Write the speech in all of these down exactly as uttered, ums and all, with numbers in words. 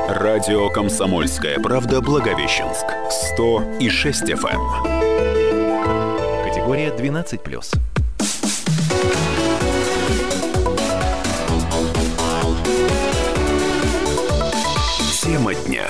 Радио «Комсомольская правда» Благовещенск. сто и шесть эф эм. Категория двенадцать плюс. Тема дня.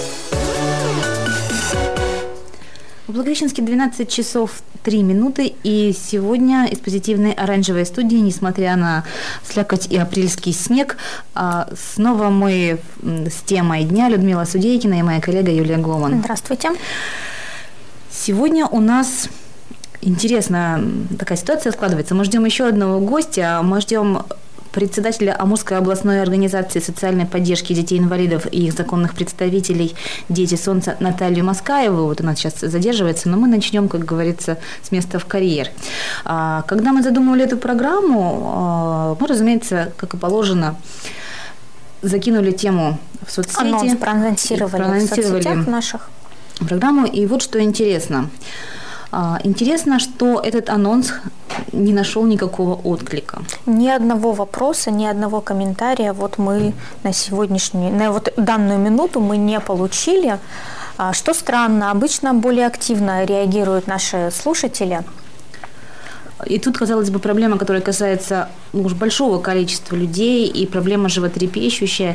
В Благовещенске двенадцать часов три минуты, и сегодня из позитивной оранжевой студии, несмотря на слякоть и апрельский снег, снова мы с темой дня Людмила Судейкина и моя коллега Юлия Гломан. Здравствуйте. Сегодня у нас интересная такая ситуация складывается. Мы ждем еще одного гостя, мы ждем председателя Амурской областной организации социальной поддержки детей-инвалидов и их законных представителей «Дети Солнца» Наталью Москаеву. Вот она сейчас задерживается, но мы начнем, как говорится, с места в карьер. Когда мы задумывали эту программу, мы, разумеется, как и положено, закинули тему в соцсети. Анонс проанонсировали, проанонсировали в соцсетях наших. Программу. И вот что интересно. Интересно, что этот анонс не нашел никакого отклика. Ни одного вопроса, ни одного комментария вот мы на сегодняшнюю, на вот данную минуту мы не получили. Что странно, обычно более активно реагируют наши слушатели. И тут, казалось бы, проблема, которая касается ну, уж большого количества людей, и проблема животрепещущая.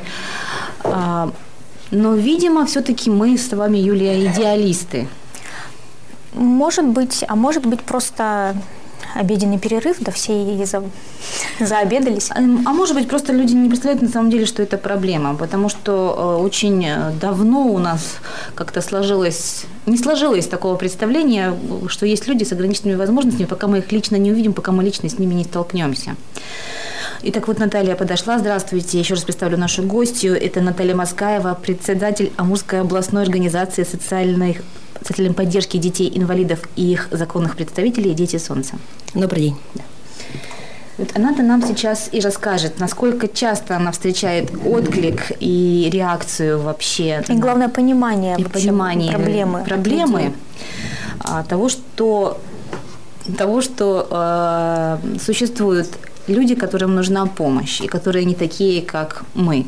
Но, видимо, все-таки мы с вами, Юлия, идеалисты. Может быть, а может быть просто обеденный перерыв, да все и за, заобедались. А, а может быть, просто люди не представляют на самом деле, что это проблема, потому что э, очень давно у нас как-то сложилось, не сложилось такого представления, что есть люди с ограниченными возможностями, пока мы их лично не увидим, пока мы лично с ними не столкнемся. Итак, вот Наталья подошла. Здравствуйте. Еще раз представлю нашу гостью. Это Наталья Москаева, председатель Амурской областной организации социальной, социальной поддержки детей-инвалидов и их законных представителей «Дети Солнца». Добрый день. Да. Вот она-то нам сейчас и расскажет, насколько часто она встречает отклик и реакцию вообще. И на... главное, понимание, и понимание проблемы. Проблемы того, что, того, что э, существуют люди, которым нужна помощь, и которые не такие, как мы.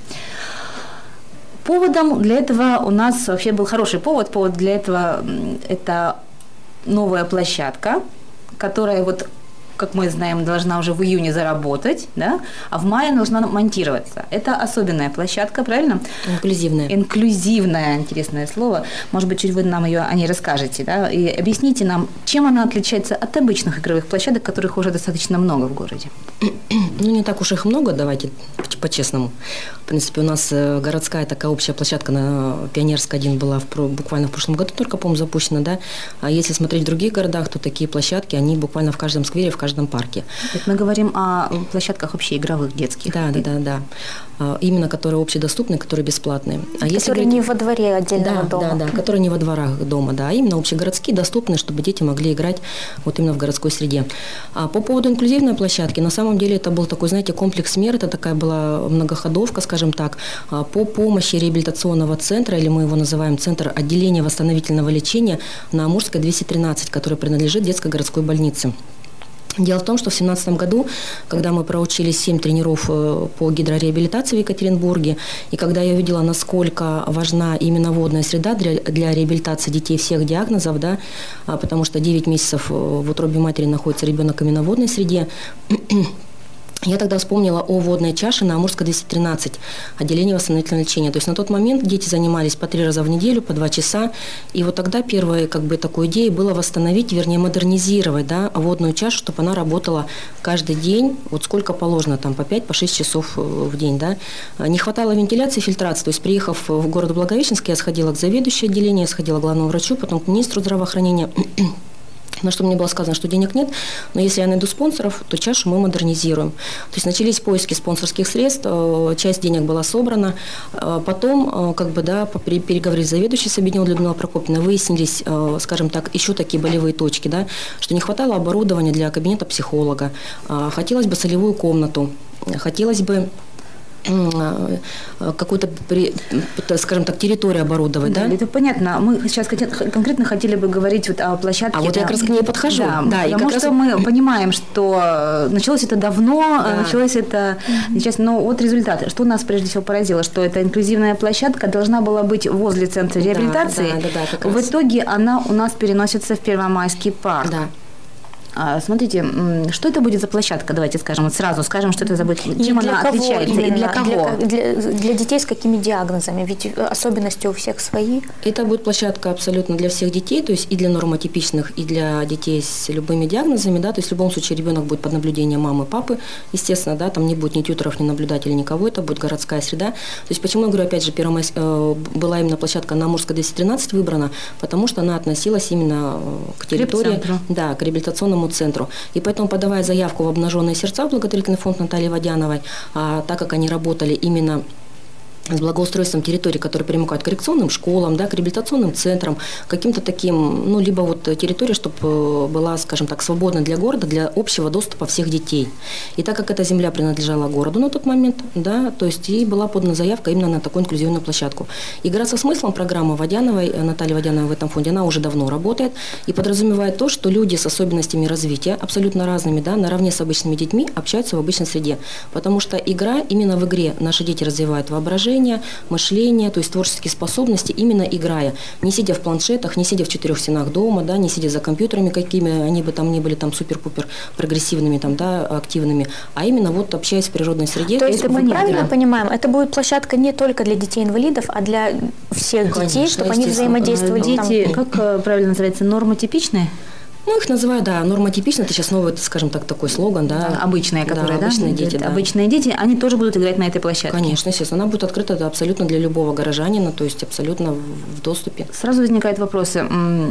Поводом для этого у нас вообще был хороший повод. Повод для этого – это новая площадка, которая, вот, как мы знаем, должна уже в июне заработать, да, а в мае должна монтироваться. Это особенная площадка, правильно? Инклюзивная. Инклюзивное, интересное слово. Может быть, чуть вы нам ее о ней расскажете, да, и объясните нам, чем она отличается от обычных игровых площадок, которых уже достаточно много в городе. Ну, не так уж их много, давайте по-честному. В принципе, у нас городская такая общая площадка на Пионерской один была в, буквально в прошлом году только, по-моему, запущена, да. А если смотреть в других городах, то такие площадки, они буквально в каждом сквере, в каждом парке. Вот мы говорим о площадках общеигровых детских. Да, да, да, да. Именно которые общедоступные, которые бесплатные. А которые если не во дворе отдельного да, дома. Да, да, которые не во дворах дома, да, а именно общегородские, доступные, чтобы дети могли играть вот именно в городской среде. А по поводу инклюзивной площадки, на самом деле это был такой, знаете, комплекс мер, это такая была многоходовка, скажем так, по помощи реабилитационного центра, или мы его называем Центр отделения восстановительного лечения на Амурской двести тринадцать, который принадлежит детской городской больнице. Дело в том, что в две тысячи семнадцатом году, когда мы проучили семь тренеров по гидрореабилитации в Екатеринбурге, и когда я увидела, насколько важна именно водная среда для, для реабилитации детей всех диагнозов, да, потому что девять месяцев в утробе матери находится ребенок именно в водной среде, я тогда вспомнила о водной чаше на Амурской двести тринадцать, отделение восстановительного лечения. То есть на тот момент дети занимались по три раза в неделю, по два часа. И вот тогда первой как бы, такой идеей было восстановить, вернее модернизировать, да, водную чашу, чтобы она работала каждый день, вот сколько положено, там, по пять, по шесть часов в день. Да. Не хватало вентиляции и фильтрации. То есть приехав в город Благовещенск, я сходила к заведующей отделения, сходила к главному врачу, потом к министру здравоохранения. На что мне было сказано, что денег нет, но если я найду спонсоров, то чашу мы модернизируем. То есть начались поиски спонсорских средств, часть денег была собрана. Потом, как бы, да, переговорив с заведующей с объединенной Людмилой Прокопьевной, выяснились, скажем так, еще такие болевые точки, да, что не хватало оборудования для кабинета психолога. Хотелось бы солевую комнату, хотелось бы какую-то, скажем так, территорию оборудовать, да? Да, это понятно. Мы сейчас конкретно хотели бы говорить вот о площадке. А вот я как раз к ней подхожу. Да, да, потому и что раз... мы понимаем, что началось это давно, да. началось это сейчас, но вот результаты. Что нас прежде всего поразило, что эта инклюзивная площадка должна была быть возле центра реабилитации. Да, да, да, да, как в раз. итоге она у нас переносится в Первомайский парк. Да. Смотрите, что это будет за площадка? Давайте скажем, вот сразу скажем, что это за будет, чем она отличается именно? и для кого? Для, для, для детей с какими диагнозами? Ведь особенности у всех свои. Это будет площадка абсолютно для всех детей, то есть и для нормотипичных, и для детей с любыми диагнозами, да, то есть в любом случае ребенок будет под наблюдением мамы, папы, естественно, да, там не будет ни тьюторов, ни наблюдателей, никого, это будет городская среда. То есть почему я говорю, опять же, первая была именно площадка на Амурской двести тринадцать выбрана, потому что она относилась именно к территории, да, к реабилитационному центру. И поэтому, подавая заявку в «Обнаженные сердца», благотворительный фонд Натальи Водяновой, а, так как они работали именно с благоустройством территорий, которые примыкают к коррекционным школам, да, к реабилитационным центрам, каким-то таким, ну, либо вот территория, чтобы была, скажем так, свободна для города, для общего доступа всех детей. И так как эта земля принадлежала городу на тот момент, да, то есть и была подана заявка именно на такую инклюзивную площадку. «Игра со смыслом» программа Водяновой, Натальи Водяновой в этом фонде, она уже давно работает и подразумевает то, что люди с особенностями развития, абсолютно разными, да, наравне с обычными детьми, общаются в обычной среде. Потому что игра, именно в игре наши дети развивают воображение, мышление, то есть творческие способности, именно играя, не сидя в планшетах, не сидя в четырех стенах дома, да, не сидя за компьютерами, какими они бы там ни были там супер-пупер прогрессивными, там, да, активными, а именно вот общаясь в природной среде. То есть мы правильно понимаем, это будет площадка не только для детей-инвалидов, а для всех Конечно, детей, чтобы они взаимодействовали. Дети, там. как правильно называется, нормотипичные? Ну, их называют, да, нормотипично, это сейчас новый, скажем так, такой слоган, да. да обычные, которые, да, обычные да, дети, да. Обычные дети, они тоже будут играть на этой площадке? Конечно, естественно, она будет открыта да, абсолютно для любого горожанина, то есть абсолютно в доступе. Сразу возникают вопросы.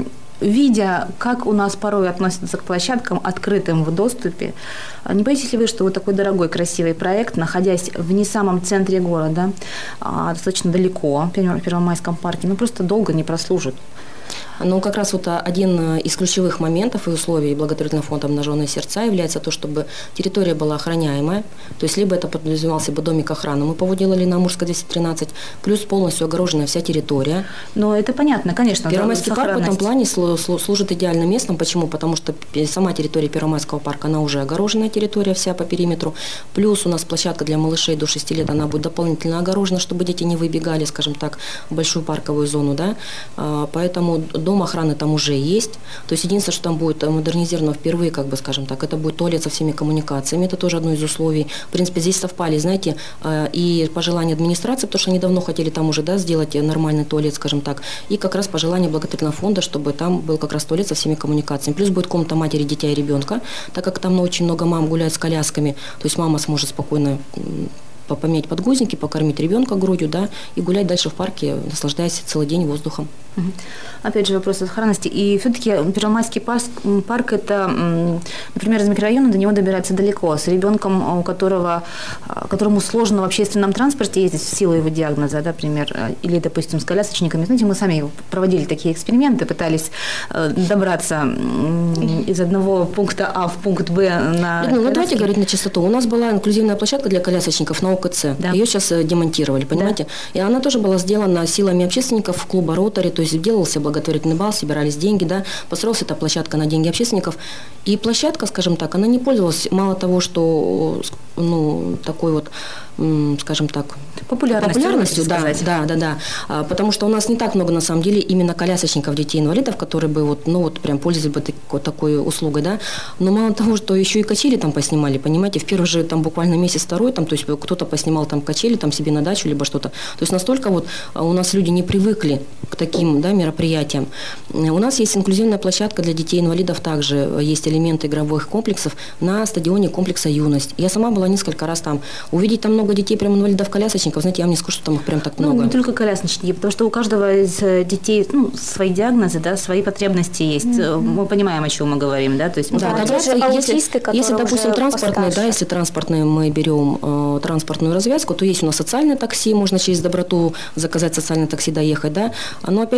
Видя, как у нас порой относятся к площадкам, открытым в доступе, не боитесь ли вы, что вот такой дорогой, красивый проект, находясь в не самом центре города, достаточно далеко, в Первомайском парке, ну просто долго не прослужит? Ну, как раз вот один из ключевых моментов и условий благотворительного фонда «Обнаженные сердца» является то, чтобы территория была охраняемая, то есть либо это подразумевался бы домик охраны, мы его делали на Амурской двести тринадцать, плюс полностью огороженная вся территория. Ну, это понятно, конечно. Первомайский парк в этом плане служит идеальным местом. Почему? Потому что сама территория Первомайского парка, она уже огороженная территория вся по периметру, плюс у нас площадка для малышей до шести лет, она будет дополнительно огорожена, чтобы дети не выбегали, скажем так, в большую парковую зону, да, поэтому дом охраны там уже есть. То есть единственное, что там будет модернизировано впервые, как бы, скажем так, это будет туалет со всеми коммуникациями. Это тоже одно из условий. В принципе, здесь совпали, знаете, и пожелания администрации, потому что они давно хотели там уже, да, сделать нормальный туалет, скажем так, и как раз пожелания благотворительного фонда, чтобы там был как раз туалет со всеми коммуникациями. Плюс будет комната матери, дитя и ребенка, так как там очень много мам гуляют с колясками, то есть мама сможет спокойно поменять подгузники, покормить ребенка грудью, да, и гулять дальше в парке, наслаждаясь целый день воздухом. Угу. Опять же, вопрос сохранности. И все-таки Первомайский парк, парк это, например, из микрорайона до него добираться далеко. С ребенком, у которого, которому сложно в общественном транспорте ездить в силу его диагноза, да, например, или, допустим, с колясочниками. Знаете, мы сами проводили такие эксперименты, пытались добраться из одного пункта А в пункт Б на... Ну, давайте говорить на чистоту. У нас была инклюзивная площадка для колясочников на ОКЦ. Да. Ее сейчас демонтировали, понимаете? Да. И она тоже была сделана силами общественников клуба «Ротари», то есть делался благотворительный бал, собирались деньги, да, построилась эта площадка на деньги общественников. И площадка, скажем так, она не пользовалась, мало того, что, ну, такой вот, скажем так, популярностью, популярностью да, да, да, да, а, потому что у нас не так много, на самом деле, именно колясочников, детей-инвалидов, которые бы вот, ну, вот прям пользовались бы такой, такой услугой, да, но мало того, что еще и качели там поснимали, понимаете, в первый же там буквально месяц-второй, там, то есть кто-то поснимал там качели там себе на дачу, либо что-то, то есть настолько вот у нас люди не привыкли к таким, да, мероприятиям. У нас есть инклюзивная площадка для детей-инвалидов, также есть элементы игровых комплексов на стадионе комплекса «Юность». Я сама была несколько раз там. Увидеть там много детей, прям инвалидов-колясочников, знаете, я вам не скажу, что там их прям так много. Ну, не только колясочники, потому что у каждого из детей, ну, свои диагнозы, да, свои потребности есть. Mm-hmm. Мы понимаем, о чем мы говорим, да, то есть... Да, да, даже если, аутисты, если, допустим, транспортные, да, если транспортные мы берем э, транспортную развязку, то есть у нас социальное такси, можно через доброту заказать социальное такси, доехать, да, но опять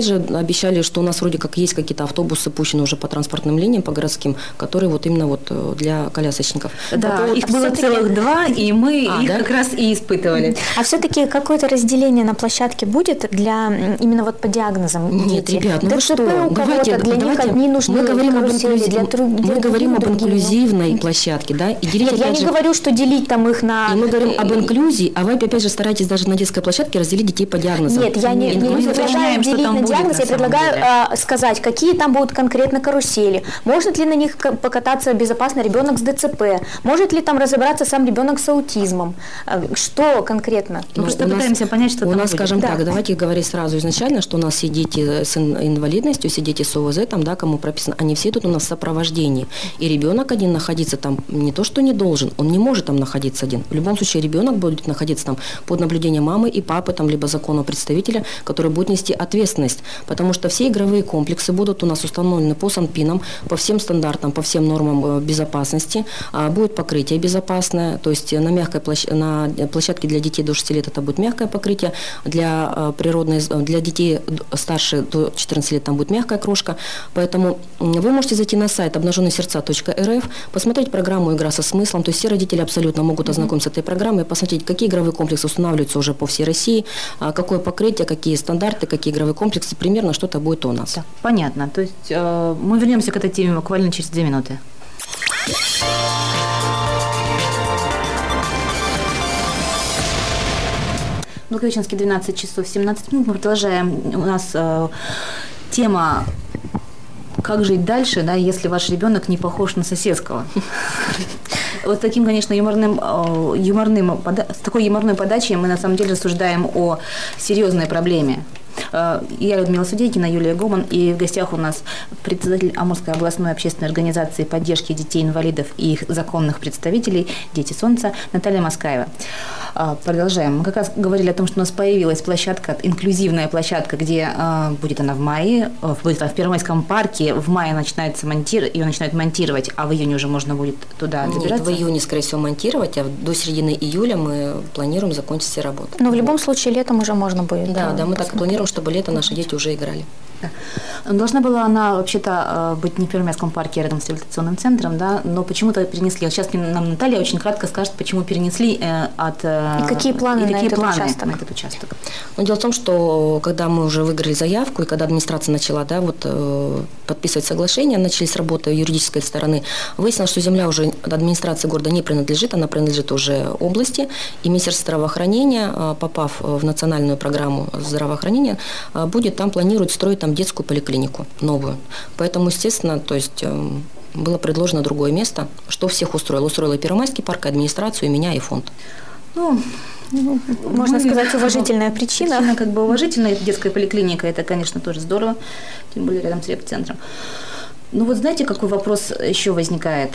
опять же обещали, что у нас вроде как есть какие-то автобусы, пущены уже по транспортным линиям, по городским, которые вот именно вот для колясочников. Да, вот, их а было целых два, и мы а, их да? как раз и испытывали. А все-таки какое-то разделение на площадке будет для именно вот по диагнозам? Нет, дети? ребят, ну вы ДЦП что? у кого-то, Давайте, для давайте. них одни нужны Мы говорим об, карусели, инклюзи... для друг- для мы говорим об других инклюзивной другие. площадке, да? И делить, Нет, я опять не же... говорю, что делить там их на... И мы говорим об инклюзии, а вы опять же стараетесь даже на детской площадке разделить детей по диагнозам. Нет, я не, не Инклюзия, предлагаю уточняем, что делить там на будет диагноз, на я самом предлагаю деле. а, сказать, какие там будут конкретно карусели, может ли на них к- покататься безопасно ребенок с ДЦП, может ли там разобраться сам ребенок с аутизмом, А, что конкретно? Мы просто у нас- пытаемся понять, что У там нас, будет. скажем Да. так, давайте говорить сразу изначально, что у нас все дети с ин- инвалидностью, все дети с ОВЗ, там, да, кому прописано, они все тут у нас в сопровождении. И ребенок один находиться там не то, что не должен, он не может там находиться один. В любом случае ребенок будет находиться там под наблюдением мамы и папы, там, либо законного представителя, который будет нести ответственность. Потому что все игровые комплексы будут у нас установлены по санпинам, по всем стандартам, по всем нормам э, безопасности. А, будет покрытие безопасное, то есть на мягкой площ... на площадке для детей до шести лет это будет мягкое покрытие, для э, природной, для детей старше до четырнадцати лет там будет мягкая крошка. Поэтому вы можете зайти на сайт обнаженные сердца точка эр эф, посмотреть программу «Игра со смыслом», то есть все родители абсолютно могут ознакомиться с этой программой, посмотреть, какие игровые комплексы устанавливаются уже по всей России, а, какое покрытие, какие стандарты, какие игровые комплексы, примерно что-то будет у нас. Так, понятно. То есть э, мы вернемся к этой теме буквально через две минуты. Благовещенский, двенадцать часов семнадцать минут. Мы продолжаем. У нас э, тема «Как жить дальше, да, если ваш ребенок не похож на соседского?» Вот таким, конечно, юморным, э, юморным, пода- с такой юморной подачей мы на самом деле рассуждаем о серьезной проблеме. Э, Я Людмила Судейкина, Юлия Гоман, и в гостях у нас председатель Амурской областной общественной организации поддержки детей-инвалидов и их законных представителей «Дети Солнца» Наталья Москаева. Э, Продолжаем. Мы как раз говорили о том, что у нас появилась площадка, инклюзивная площадка, где э, будет она в мае, э, будет она в Первомайском парке, в мае начинается монтировать, ее начинают монтировать, а в июне уже можно будет туда Нет, добираться. в июне, скорее всего, монтировать, а до середины июля мы планируем закончить все работы. Но в любом случае летом уже можно будет. Да, э, да, мы так посмотреть. планируем, чтобы лето наши дети уже играли. Должна была она вообще-то э, быть не в Первомайском парке, а рядом с реабилитационным центром, да, но почему-то перенесли. Сейчас нам Наталья очень кратко скажет, почему перенесли э, от... э, И какие планы и на какие этот планы участок? на этот участок. Но дело в том, что когда мы уже выиграли заявку, и когда администрация начала, да, вот, э, подписывать соглашение, начались работы юридической стороны, выяснилось, что земля уже администрации города не принадлежит, она принадлежит уже области, и Министерство здравоохранения, э, попав в национальную программу здравоохранения, э, будет там, планирует строить там детскую поликлинику новую. Поэтому, естественно, то есть... Э, было предложено другое место, что всех устроило. Устроило и Первомайский парк, и администрацию, и меня, и фонд. Ну, Ну, можно мы- сказать, уважительная причина. Причина как бы уважительная. Детская поликлиника, это, конечно, тоже здорово, тем более рядом с реп-центром. Ну вот знаете, какой вопрос еще возникает?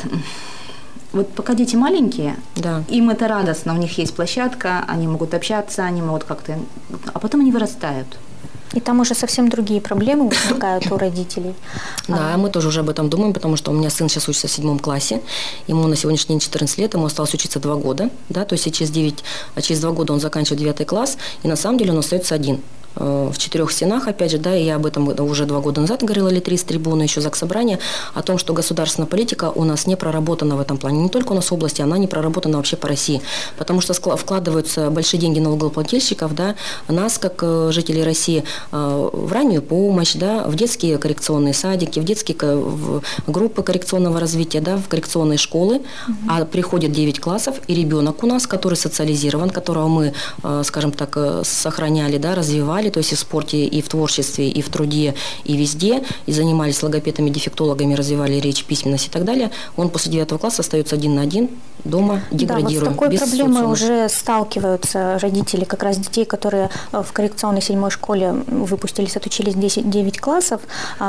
Вот пока дети маленькие, Да. им это радостно, у них есть площадка, они могут общаться, они могут как-то... А потом они вырастают. И там уже совсем другие проблемы возникают у родителей. Да, мы тоже уже об этом думаем, потому что у меня сын сейчас учится в седьмом классе, ему на сегодняшний день четырнадцать лет, ему осталось учиться два года, да, то есть через, девять, через два года он заканчивает девятый класс, и на самом деле он остается один. В четырех стенах, опять же, да, и я об этом уже два года назад говорила, или три с трибуны, еще Заксобрания, о том, что государственная политика у нас не проработана в этом плане. Не только у нас в области, она не проработана вообще по России, потому что вкладываются большие деньги налогоплательщиков, да, нас, как жителей России, в раннюю помощь, да, в детские коррекционные садики, в детские в группы коррекционного развития, да, в коррекционные школы, угу. А приходит девять классов, и ребенок у нас, который социализирован, которого мы, скажем так, сохраняли, да, развивали, то есть и в спорте, и в творчестве, и в труде, и везде, и занимались логопедами, дефектологами, развивали речь, письменность и так далее, он после девятого класса остается один на один дома, деградирует. Да, вот с такой без проблемой социума. уже сталкиваются родители как раз детей, которые в коррекционной седьмой школе выпустились, отучились десять, девять классов.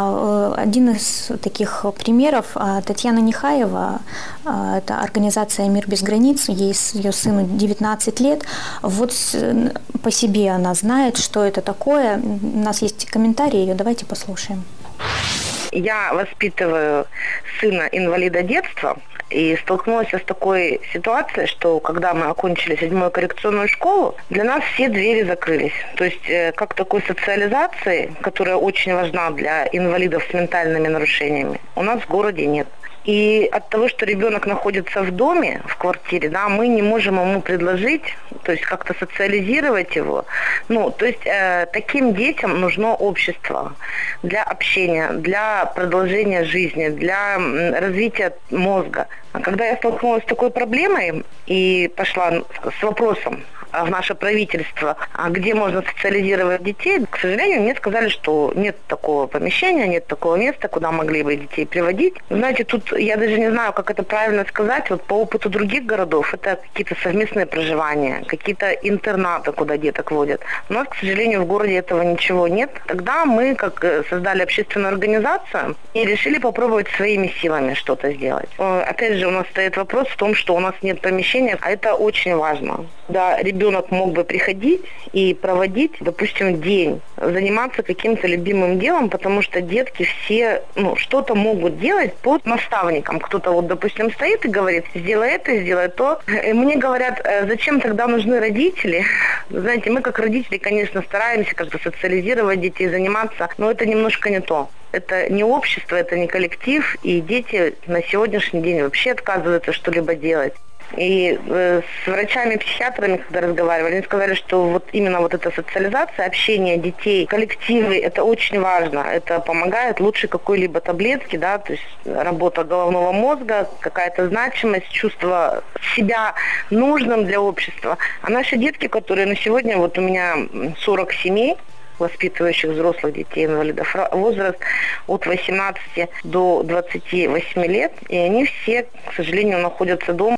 Один из таких примеров Татьяна Нехаева, это организация «Мир без границ», ей, ее сыну девятнадцать лет. Вот по себе она знает, что это такое. У нас есть комментарий ее, давайте послушаем. Я воспитываю сына инвалида детства, и столкнулась с такой ситуацией, что когда мы окончили седьмую коррекционную школу, для нас все двери закрылись. То есть как такой социализации, которая очень важна для инвалидов с ментальными нарушениями, у нас в городе нет. И от того, что ребенок находится в доме, в квартире, да, мы не можем ему предложить, то есть как-то социализировать его. Ну, то есть э, таким детям нужно общество для общения, для продолжения жизни, для развития мозга. А когда я столкнулась с такой проблемой и пошла с вопросом в наше правительство, а где можно социализировать детей, к сожалению, мне сказали, что нет такого помещения, нет такого места, куда могли бы детей приводить. Знаете, тут я даже не знаю, как это правильно сказать. Вот по опыту других городов это какие-то совместные проживания, какие-то интернаты, куда деток водят. У нас, к сожалению, в городе этого ничего нет. Тогда мы как создали общественную организацию и решили попробовать своими силами что-то сделать. Опять же, у нас стоит вопрос в том, что у нас нет помещения, а это очень важно. Да, ребенок мог бы приходить и проводить, допустим, день, заниматься каким-то любимым делом, потому что детки все, ну, что-то могут делать под наставником. Кто-то вот, допустим, стоит и говорит, сделай это, сделай то. И мне говорят, зачем тогда нужны родители? Знаете, мы как родители, конечно, стараемся как-то социализировать детей, заниматься, но это немножко не то. Это не общество, это не коллектив, и дети на сегодняшний день вообще отказываются что-либо делать. И э, с врачами-психиатрами, когда разговаривали, они сказали, что вот именно вот эта социализация, общение детей, коллективы, это очень важно. Это помогает лучше какой-либо таблетки, да, то есть работа головного мозга, какая-то значимость, чувство себя нужным для общества. А наши детки, которые на сегодня, вот у меня сорок семей, воспитывающих взрослых детей инвалидов, возраст от восемнадцати до двадцати восьми лет, и они все, к сожалению, находятся дома.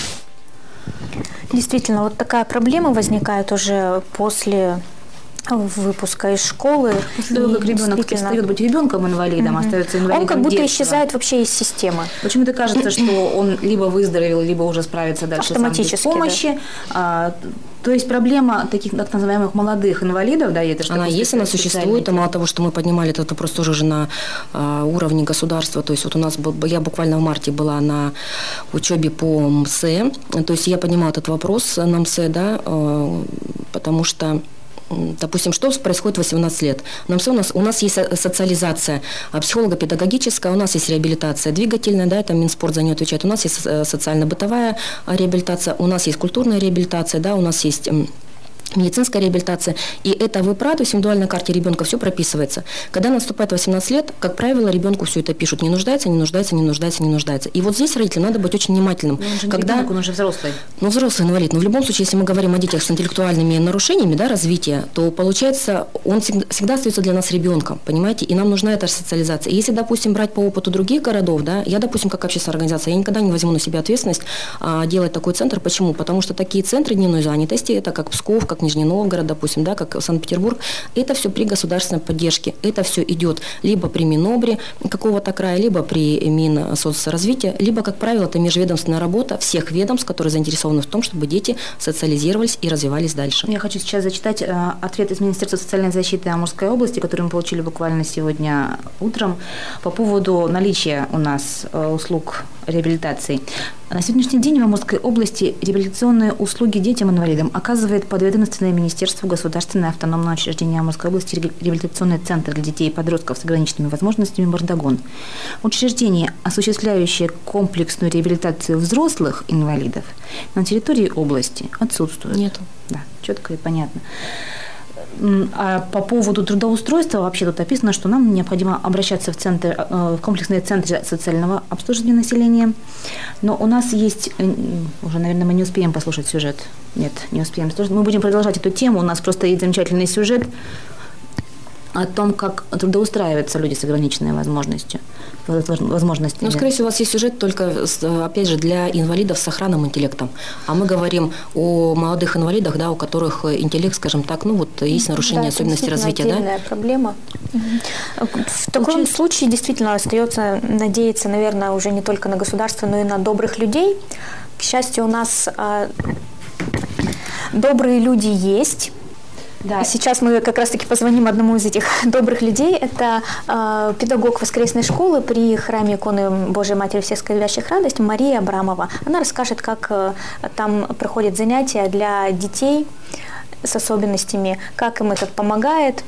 Действительно, вот такая проблема возникает уже после выпуска из школы. После того, как ребенок перестает быть ребенком-инвалидом, mm-hmm. остается инвалидом он как будто детства. Исчезает вообще из системы. Почему-то кажется, что он либо выздоровел, либо уже справится дальше сам без помощи. Да. А, то есть проблема таких так называемых молодых инвалидов, да, это что она есть, она существует, и мало того, что мы поднимали этот вопрос тоже уже на а, уровне государства, то есть вот у нас, был, я буквально в марте была на учебе по МСЭ, то есть я поднимала этот вопрос на МСЭ, да, а, потому что допустим, что происходит в восемнадцать лет? На МСЭ у нас, у нас есть социализация психолого-педагогическая, у нас есть реабилитация двигательная, да, это Минспорт за нее отвечает, у нас есть социально-бытовая реабилитация, у нас есть культурная реабилитация, да, у нас есть медицинская реабилитация. И это в ИПРА, то есть в индивидуальной карте ребенка, все прописывается. Когда наступает восемнадцать лет, как правило, ребенку все это пишут. Не нуждается, не нуждается, не нуждается, не нуждается. И вот здесь родителям надо быть очень внимательным. Но он же не когда... ребенок, он уже взрослый. Ну, взрослый инвалид. Но в любом случае, если мы говорим о детях с интеллектуальными нарушениями, да, развития, то получается, он всегда, всегда остается для нас ребенком, понимаете? И нам нужна эта социализация. И если, допустим, брать по опыту других городов, да, я, допустим, как общественная организация, я никогда не возьму на себя ответственность а, делать такой центр. Почему? Потому что такие центры дневной занятости, это как Псков, как Нижний Новгород, допустим, да, как Санкт-Петербург, это все при государственной поддержке. Это все идет либо при Минобре какого-то края, либо при Минсоцразвития, либо, как правило, это межведомственная работа всех ведомств, которые заинтересованы в том, чтобы дети социализировались и развивались дальше. Я хочу сейчас зачитать э, ответ из Министерства социальной защиты Амурской области, который мы получили буквально сегодня утром по поводу наличия у нас э, услуг реабилитации. На сегодняшний день в Амурской области реабилитационные услуги детям-инвалидам оказывает подведомственное Министерству государственное автономное учреждение Амурской области реабилитационный центр для детей и подростков с ограниченными возможностями «Мордогон». Учреждение, осуществляющее комплексную реабилитацию взрослых инвалидов, на территории области отсутствует. Нет. Да, четко и понятно. А по поводу трудоустройства вообще тут описано, что нам необходимо обращаться в, центр, в комплексные центры социального обслуживания населения. Но у нас есть, уже, наверное, мы не успеем послушать сюжет. Нет, не успеем. Мы будем продолжать эту тему. У нас просто есть замечательный сюжет о том, как трудоустраиваются люди с ограниченной возможностью. возможностями. Ну, скорее всего, у вас есть сюжет только, опять же, для инвалидов с сохранным интеллектом. А мы говорим о молодых инвалидах, да, у которых интеллект, скажем так, ну вот есть нарушение да, особенностей развития. Да, отдельная проблема. Угу. В таком Получается... случае действительно остается надеяться, наверное, уже не только на государство, но и на добрых людей. К счастью, у нас а, добрые люди есть. Да. Сейчас мы как раз-таки позвоним одному из этих добрых людей. Это э, педагог воскресной школы при храме иконы Божией Матери всех скорбящих радость Мария Абрамова. Она расскажет, как э, там проходят занятия для детей с особенностями, как им это помогает,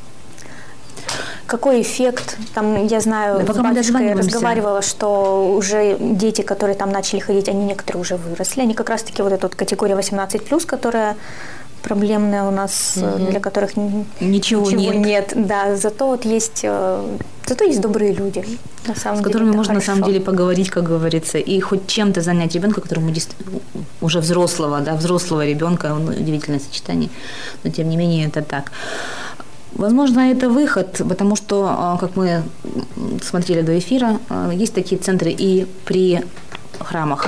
какой эффект. Там, я знаю, да, с батюшкой разговаривала, что уже дети, которые там начали ходить, они некоторые уже выросли. Они как раз-таки вот эта вот категория восемнадцать плюс, которая проблемная у нас, угу. для которых ничего, ничего нет. нет. Да, зато вот есть, зато есть добрые люди, на самом с деле, которыми можно хорошо. на самом деле поговорить, как говорится, и хоть чем-то занять ребенка, которому уже взрослого, да, взрослого ребенка, удивительное сочетание, но тем не менее это так. Возможно, это выход, потому что, как мы смотрели до эфира, есть такие центры и при храмах.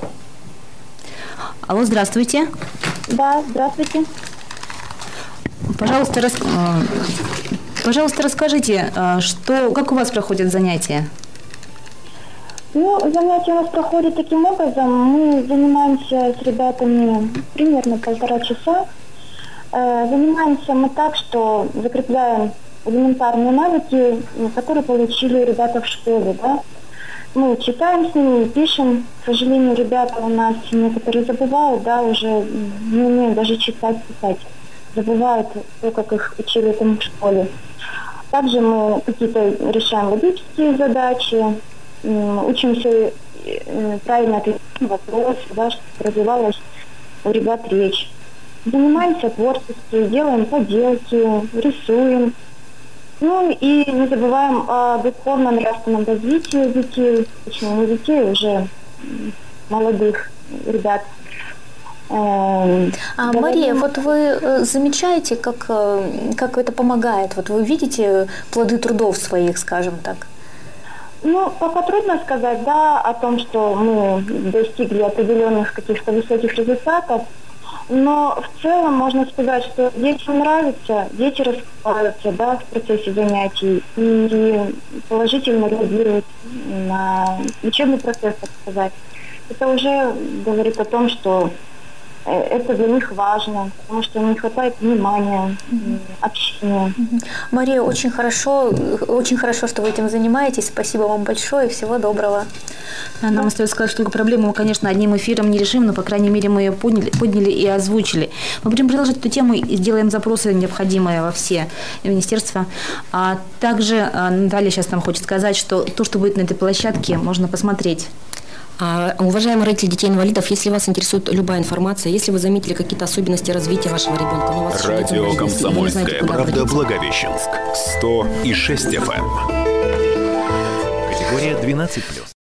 Алло, здравствуйте. Да, здравствуйте. Пожалуйста, рас... Пожалуйста, расскажите, что, как у вас проходят занятия? Ну, занятия у нас проходят таким образом. Мы занимаемся с ребятами примерно полтора часа. Занимаемся мы так, что закрепляем элементарные навыки, которые получили ребята в школе, да. Мы читаем с ними, пишем. К сожалению, ребята у нас некоторые забывают, да, уже не умеют даже читать, писать. Забывают то, как их учили этому в школе. Также мы какие-то решаем логические задачи, учимся правильно отвечать на вопросы, да, чтобы развивалась у ребят речь. Занимаемся творчеством, делаем поделки, рисуем. Ну и не забываем о духовном нравственном развитии детей, почему не детей, уже молодых ребят. А, Мария, вот вы замечаете, как, как это помогает? Вот вы видите плоды трудов своих, скажем так? Ну, пока трудно сказать, да, о том, что мы достигли определенных каких-то высоких результатов. Но в целом можно сказать, что детям нравится, дети раскрываются, да, в процессе занятий и положительно реагируют на учебный процесс, так сказать. Это уже говорит о том, что это для них важно, потому что им не хватает внимания, mm-hmm. общения. Mm-hmm. Мария, очень хорошо, очень хорошо, что вы этим занимаетесь. Спасибо вам большое, всего доброго. Нам да. остается сказать, что проблему мы, конечно, одним эфиром не решим, но, по крайней мере, мы ее подняли, подняли и озвучили. Мы будем продолжать эту тему и сделаем запросы, необходимые во все министерства. А также Наталья сейчас нам хочет сказать, что то, что будет на этой площадке, можно посмотреть. А, уважаемые родители детей-инвалидов, если вас интересует любая информация, если вы заметили какие-то особенности развития вашего ребенка, но у вас радио «Комсомольская правда» Благовещенск. сто и шесть эф эм. Категория двенадцать плюс.